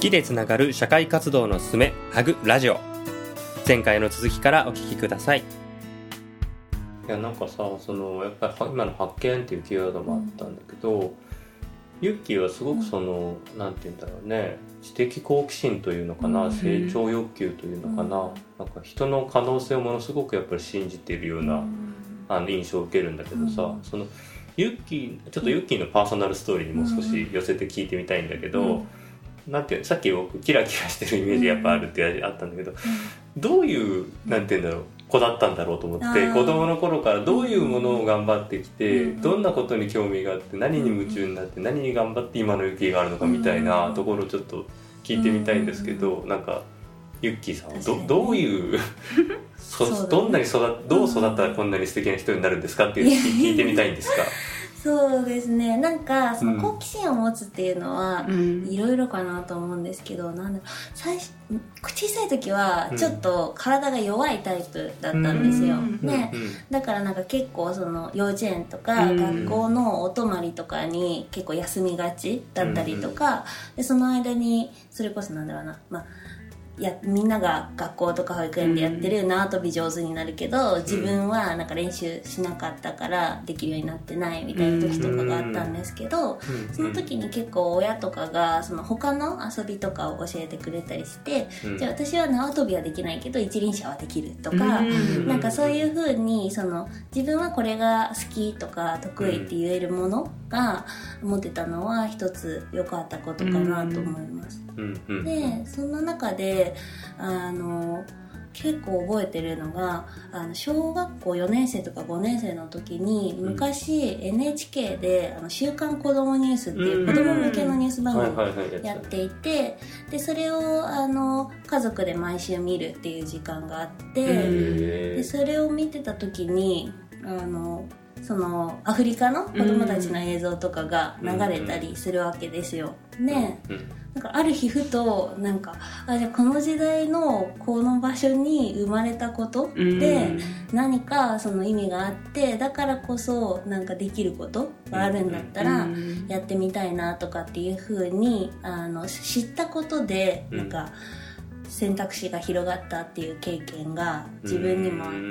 きでつながる社会活動のすすめハグラジオ、前回の続きからお聞きください。いやなんかさ、やっぱり今の発見っていうキーワードもあったんだけど、ユッキーはすごくなんて言うんだろうね、知的好奇心というのかな、成長欲求というのかな、なんか人の可能性をものすごくやっぱり信じているような、印象を受けるんだけどさ、ユッキー、ちょっとユッキーのパーソナルストーリーにも少し寄せて聞いてみたいんだけど、なんていうさっき僕キラキラしてるイメージやっぱあるってあったんだけど、どういうなんていうんだろう子だったんだろうと思って、子供の頃からどういうものを頑張ってきて、どんなことに興味があって何に夢中になって何に頑張って今のユッキーがあるのかみたいなところをちょっと聞いてみたいんですけど、なんかユッキーさんはどういうどんなにどう育ったらこんなに素敵な人になるんですかっていうのを聞いてみたいんですか。 そうですね、なんかその好奇心を持つっていうのはいろいろかなと思うんですけど、なんだろう、小さい時はちょっと体が弱いタイプだったんですよ、ね、だからなんか結構幼稚園とか学校のお泊まりとかに結構休みがちだったりとか、でその間にそれこそなんだろうな、みんなが学校とか保育園でやってる縄跳び上手になるけど、自分はなんか練習しなかったからできるようになってないみたいな時とかがあったんですけど、その時に結構親とかが他の遊びとかを教えてくれたりして、じゃあ私は縄跳びはできないけど一輪車はできるとか、なんかそういう風に自分はこれが好きとか得意って言えるものが持ってたのは一つ良かったことかなと思います。でその中で結構覚えてるのが小学校4年生とか5年生の時に昔 NHK で週刊子どもニュースっていう子ども向けのニュース番組やっていて、でそれを家族で毎週見るっていう時間があって、でそれを見てた時にアフリカの子供たちの映像とかが流れたりするわけですよね。なんかある日ふとじゃあこの時代のこの場所に生まれたことで何か意味があって、だからこそなんかできることがあるんだったらやってみたいなとかっていう風に知ったことでなんか選択肢が広がったっていう経験が自分にもあって、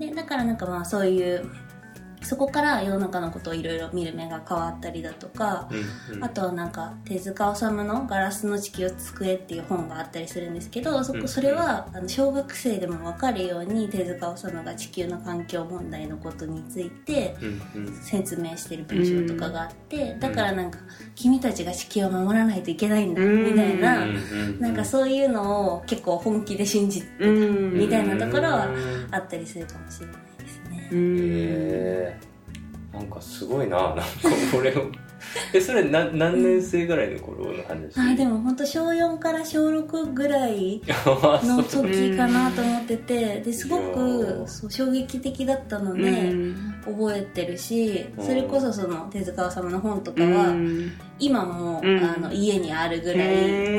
でだからなんかそういうそこから世の中のことをいろいろ見る目が変わったりだとか、あとはなんか手塚治虫のガラスの地球を救えっていう本があったりするんですけど、それは小学生でも分かるように手塚治虫が地球の環境問題のことについて説明してる文章とかがあって、だからなんか君たちが地球を守らないといけないんだみたいな、なんかそういうのを結構本気で信じてたみたいなところはあったりするかもしれないですね。 なんかすごいな、なんかこれをそれ何年生ぐらいの頃の話？ でも本当小4から小6ぐらいの時かなと思ってて、ですごく衝撃的だったので覚えてるし、それこそ手塚治虫の本とかは今も家にあるぐらい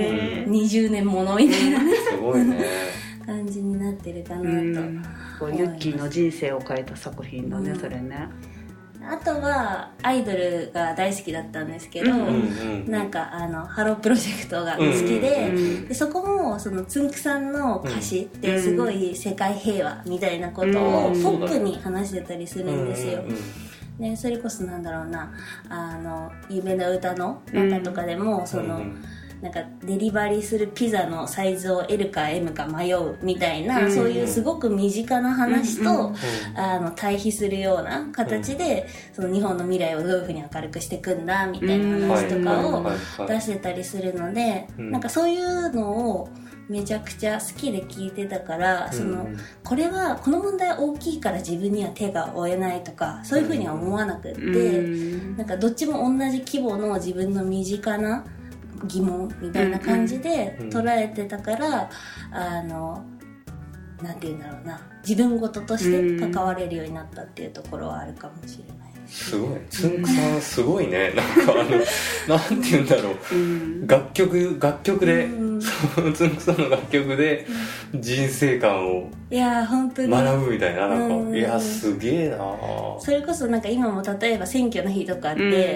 20年ものみたいなねすごいね感じになってるかなと。 ユッキーの人生を変えた作品だね、それね。 あとはアイドルが大好きだったんですけど、なんかハロープロジェクトが好きで、そこもつんくさんの歌詞ってすごい世界平和みたいなことをポップに話してたりするんですよ。でそれこそなんだろうな、有名な歌の中とかでもなんかデリバリーするピザのサイズを L か M か迷うみたいな、そういうすごく身近な話と対比するような形で日本の未来をどういうふうに明るくしていくんだみたいな話とかを出してたりするので、なんかそういうのをめちゃくちゃ好きで聞いてたから、これはこの問題大きいから自分には手が負えないとかそういうふうには思わなくって、なんかどっちも同じ規模の自分の身近な疑問みたいな感じで捉えてたから、なんて言うんだろうな、 自分事として関われるようになったっていうところはあるかもしれない。 すごい、つんくさんすごいね。なんかなんて言うんだろう、楽曲で、つんくさんの楽曲で人生観を本当に学ぶみたいな、なんか、いやすげえな。 それこそなんか今も例えば選挙の日とかって、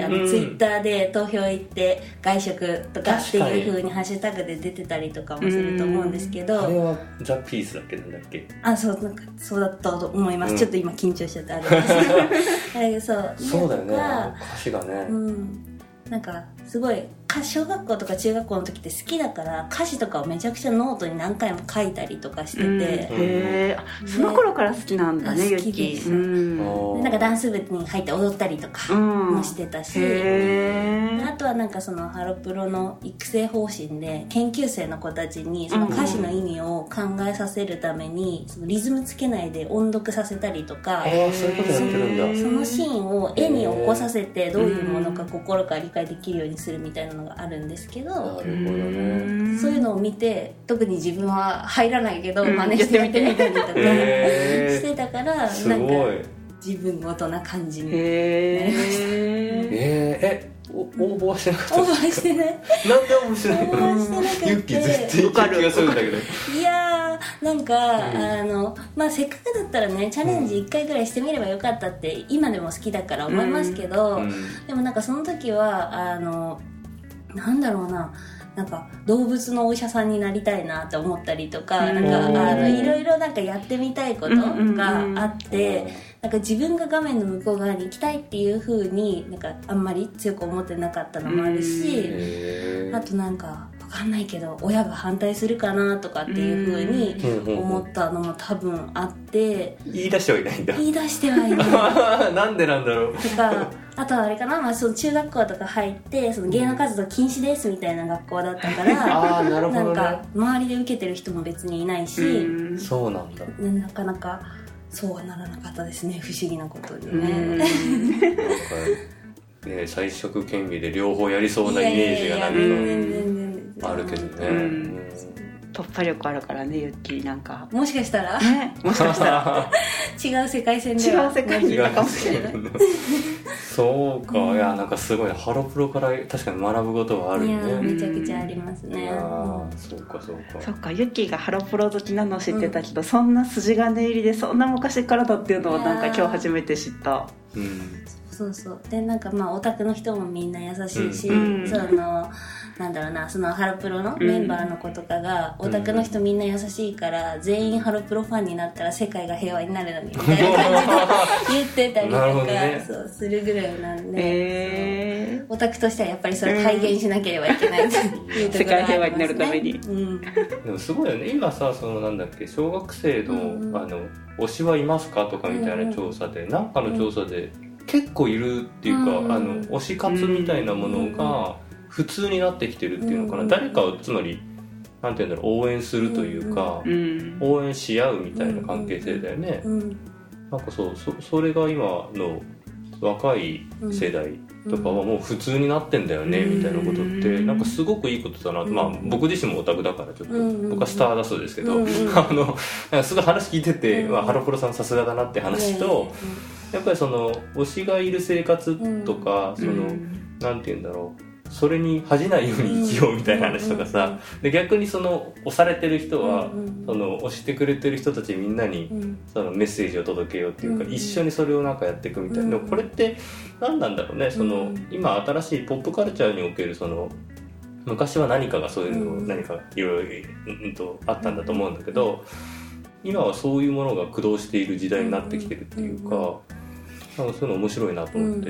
ツイッターで投票行って外食とかっていう風にハッシュタグで出てたりとかもすると思うんですけど、 あれはザ・ピースだっけ、なんだっけ。 そうだったと思います、ちょっと今緊張しちゃってあれですけどそうだよね、歌詞がね、 なんかすごい小学校とか中学校の時って好きだから歌詞とかをめちゃくちゃノートに何回も書いたりとかしてて、 へえ、その頃から好きなんだね、 好きです。なんかダンス部に入って踊ったりとかもしてたし、あとはなんかそのハロプロの育成方針で研究生の子たちにその歌詞の意味を考えさせるためにそのリズムつけないで音読させたりとか、 そういうことやってるんだ。 そのシーンを絵に起こさせてどういうものか心から理解できるようにするみたいなのがあるんですけど、 なるほどね。 そういうのを見て特に自分は入らないけど真似してやってみたりとかしてたから、なんか自分ごとな感じになりました。 応募はしてなかったんですか？応募はしてない。 なんで応募してないの？ 応募してなくて、 ユッキー絶対気がするんだけど。 いやーなんか、せっかくだったらねチャレンジ1回ぐらいしてみればよかったって今でも好きだから思いますけど、でもなんかその時はなんだろうな、なんか動物のお医者さんになりたいなって思ったりとか、なんかいろいろなんかやってみたいことがあって、なんか自分が画面の向こう側に行きたいっていう風になんかあんまり強く思ってなかったのもあるし、あとなんか分かんないけど親が反対するかなとかっていう風に思ったのも多分あって、 言い出してはいないんだ。 言い出してはいないなんでなんだろうとか、あとはあれかな、その中学校とか入ってその芸能活動禁止ですみたいな学校だったからなるほどね、 なんか周りで受けてる人も別にいないし、 そうなんだ。 なかなかそうはならなかったですね、不思議なことにね。 なんかね、才色兼備で両方やりそうなイメージがなんかあるけどね。 突破力あるからね、ユッキー。なんかもしかしたらもしかしたら違う世界線では違う世界にいたかもしれない。 そうか、いやなんかすごいハロプロから確かに学ぶことはあるね。 いやめちゃくちゃありますね。 そうかそうか。 そっか、ユッキーがハロプロ好きなの知ってたけど、そんな筋金入りでそんな昔からだっていうのをなんか今日初めて知った。 そうそうで、なんかオタクの人もみんな優しいし、なんだろうな、そのハロプロのメンバーの子とかが、オタクの人みんな優しいから全員ハロプロファンになったら世界が平和になるのにみたいな感じで言ってたりとか、そうするぐらいなんで、オタクとしてはやっぱりそれを体現しなければいけないというところがありますね。世界平和になるために、 でもすごいよね。今さ、そのなんだっけ、小学生の、推しはいますかとかみたいな調査で、なんかの調査で結構いるっていうか、推し活みたいなものが普通になってきてるっていうのかな、誰かをつまりなんていうんだろう、応援するというか、応援し合うみたいな関係性だよね。なんかそれが今の若い世代とかはもう普通になってんだよねみたいなことってなんかすごくいいことだな。僕自身もオタクだからちょっと僕はスターダストですけど、すごい話聞いてて、ハロプロさんさすがだなって話と、やっぱりその推しがいる生活とか、そのなんていうんだろう、それに恥じないように生きようみたいな話とかさ、で逆にその推されてる人は、その推してくれてる人たちみんなにそのメッセージを届けようっていうか、一緒にそれをなんかやっていくみたいな。でもこれって何なんだろうね、その今新しいポップカルチャーにおけるその昔は何かがそういうの何かいろいろあったんだと思うんだけど、今はそういうものが駆動している時代になってきてるっていうか、なんかそういうの面白いなと思って。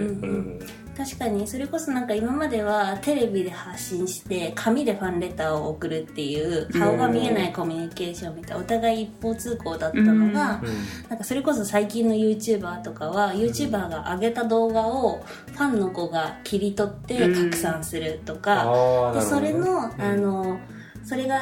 確かにそれこそなんか今まではテレビで発信して紙でファンレターを送るっていう顔が見えないコミュニケーションみたいな、お互い一方通行だったのが、なんかそれこそ最近の YouTuber とかは YouTuber が上げた動画をファンの子が切り取って拡散するとか、でそれのそれが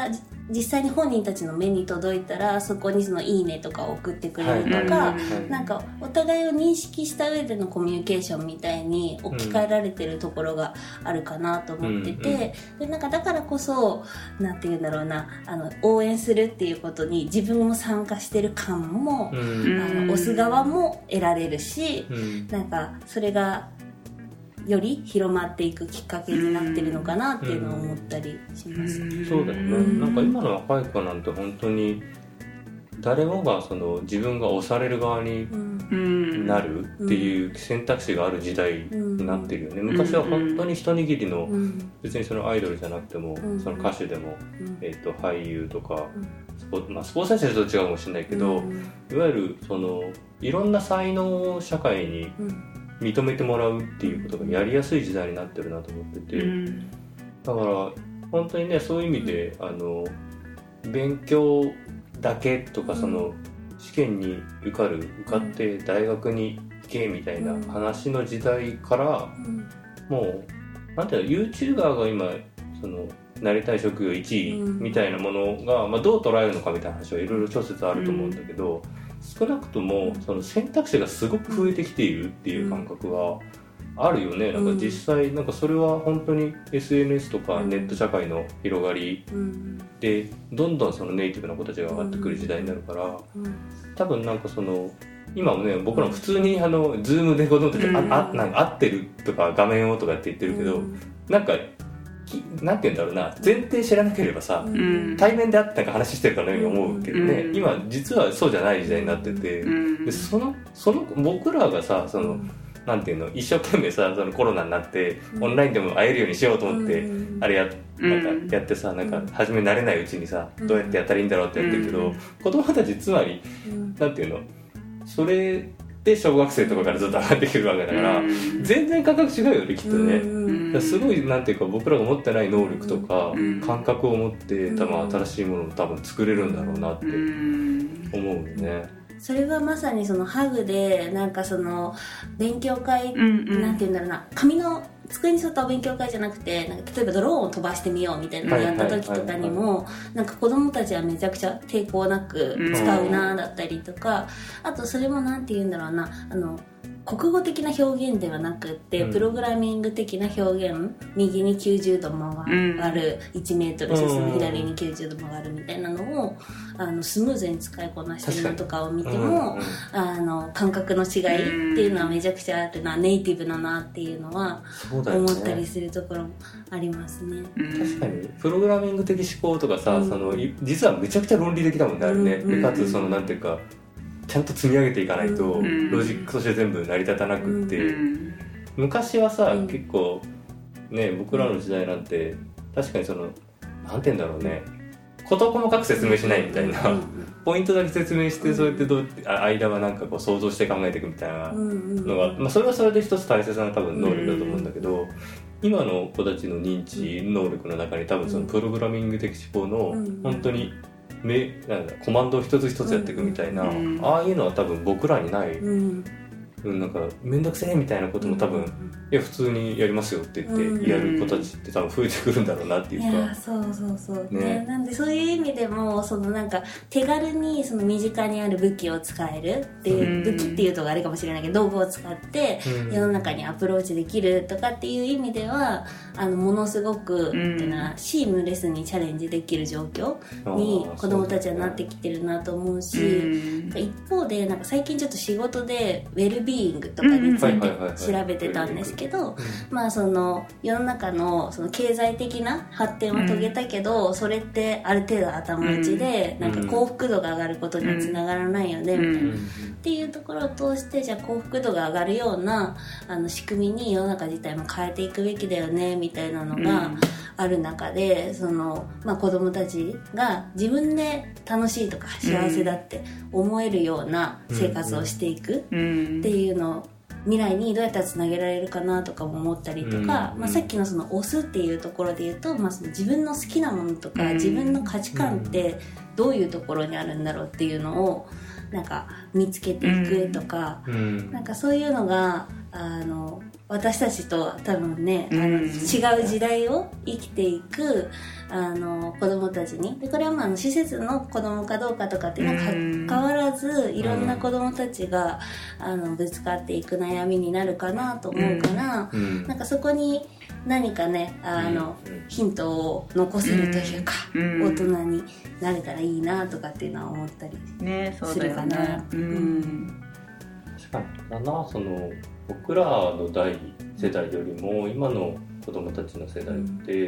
実際に本人たちの目に届いたらそこにそのいいねとか送ってくれるとか、なんかお互いを認識した上でのコミュニケーションみたいに置き換えられてるところがあるかなと思ってて、でなんかだからこそなんていうんだろうな、応援するっていうことに自分も参加してる感も、押す側も得られるし、なんかそれがより広まっていくきっかけになってるのかなっていうのを思ったりします。 そうだよね、なんか今の若い子なんて本当に誰もがその自分が押される側になるっていう選択肢がある時代になってるよね。昔は本当に一握りの、別にそのアイドルじゃなくても、その歌手でも、俳優とかスポーツ選手と違うかもしれないけど、いわゆるそのいろんな才能を社会に認めてもらうっていうことがやりやすい時代になってるなと思ってて、だから本当にね、そういう意味で勉強だけとか、その試験に受かって大学に行けみたいな話の時代から、もうなんていうの、 YouTuber が今そのなりたい職業1位みたいなものが、どう捉えるのかみたいな話はいろいろ諸説あると思うんだけど、少なくともその選択肢がすごく増えてきているっていう感覚はあるよね。なんか実際なんかそれは本当に SNS とかネット社会の広がりでどんどんそのネイティブな子たちが上がってくる時代になるから、多分なんかその今もね、僕らも普通にZoom で子供たちなんか会ってるとか画面をとかって言ってるけど、なんかなんて言うんだろうな、前提知らなければさ、対面で会ってなんか話してるかのように思うけどね、今実はそうじゃない時代になってて、でその僕らがさ、そのなんていうの、一生懸命さ、そのコロナになってオンラインでも会えるようにしようと思って、あれなんかやってさ、なんか初め慣れないうちにさ、どうやってやったらいいんだろうってやってるけど、子供たちつまりなんていうの、それで小学生とかからずっと上がってくるわけだから、全然感覚違うよね、きっとね。すごいなんていうか、僕らが持ってない能力とか感覚を持って多分新しいものを多分作れるんだろうなって思うよね。 それはまさにそのハグでなんかその勉強会、なんていうんだろうな、紙の机に沿ったお勉強会じゃなくて、なんか例えばドローンを飛ばしてみようみたいなのをやった時とかにも、なんか子供たちはめちゃくちゃ抵抗なく使うなだったりとか、あとそれもなんていうんだろうな、国語的な表現ではなくって、プログラミング的な表現、右に90度曲がる、1メートル進む、左に90度曲がるみたいなのをスムーズに使いこなしてるのとかを見ても、感覚の違いっていうのはめちゃくちゃあるな、ネイティブだなっていうのは思ったりするところもありますね。 確かにプログラミング的思考とかさ、その実はめちゃくちゃ論理的だもんね、あれね。でかつそのなんていうか、ちゃんと積み上げていかないとロジックとして全部成り立たなくって、昔はさ、結構ね、僕らの時代なんて確かにそのなんて言うんだろうね、事細かく説明しないみたいな、ポイントだけ説明して、そうやって間はなんかこう想像して考えていくみたいなのが、それはそれで一つ大切な多分能力だと思うんだけど、今の子たちの認知能力の中に多分そのプログラミング的思考の本当になんだコマンドを一つ一つやっていくみたいな、ああいうのは多分僕らにない、なんか面倒くせえみたいなことも多分、いや普通にやりますよって言ってやる子たちって多分増えてくるんだろうなっていうか、 いやそうね。なんでそういう意味でもそのなんか手軽にその身近にある武器を使えるっていう、武器っていうとあれかもしれないけど道具を使って世の中にアプローチできるとかっていう意味ではものすごくっていうのはシームレスにチャレンジできる状況に子どもたちはなってきてるなと思うし、一方でなんか最近ちょっと仕事でウェルビーイングとかについて調べてたんですけど、まあその世の中のその経済的な発展は遂げたけど、それってある程度頭打ちでなんか幸福度が上がることにはつながらないよねみたいな、っていうところを通して、じゃあ幸福度が上がるような仕組みに世の中自体も変えていくべきだよねみたいなのがある中で、そのまあ子供たちが自分で楽しいとか幸せだって思えるような生活をしていくっていうのを未来にどうやったらつなげられるかなとかも思ったりとか、まあ、さっきのその推すっていうところで言うと、まあ、その自分の好きなものとか自分の価値観ってどういうところにあるんだろうっていうのをなんか見つけていくとか、なんかそういうのが分私たちとは多分ね、違う時代を生きていく子供たちに、でこれは施設の子供かどうかとかっていうのは関わらず、いろんな子供たちがぶつかっていく悩みになるかなと思うから、なんかそこに何かねヒントを残せるというか、大人になれたらいいなとかっていうのは思ったりするかな。 確かにだな、その僕らの世代よりも今の子供たちの世代って、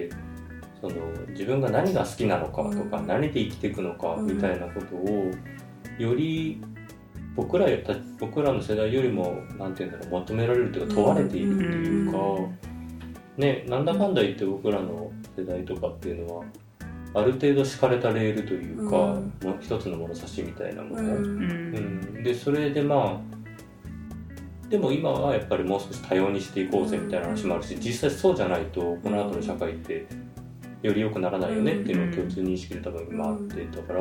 その自分が何が好きなのかとか、何で生きていくのかみたいなことをより僕らの世代よりもなんていうんだろう、求められるというか問われているっていうか、ね、なんだかんだ言って僕らの世代とかっていうのはある程度敷かれたレールというか、もう一つの物差しみたいなもの、でそれででも今はやっぱりもう少し多様にしていこうぜみたいな話もあるし、実際そうじゃないとこの後の社会ってより良くならないよねっていうのを共通認識で多分今あってだから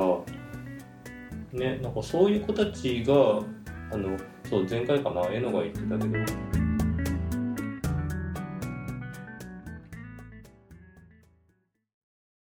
ね、なんかそういう子たちがそう前回かな、えのが言ってたけど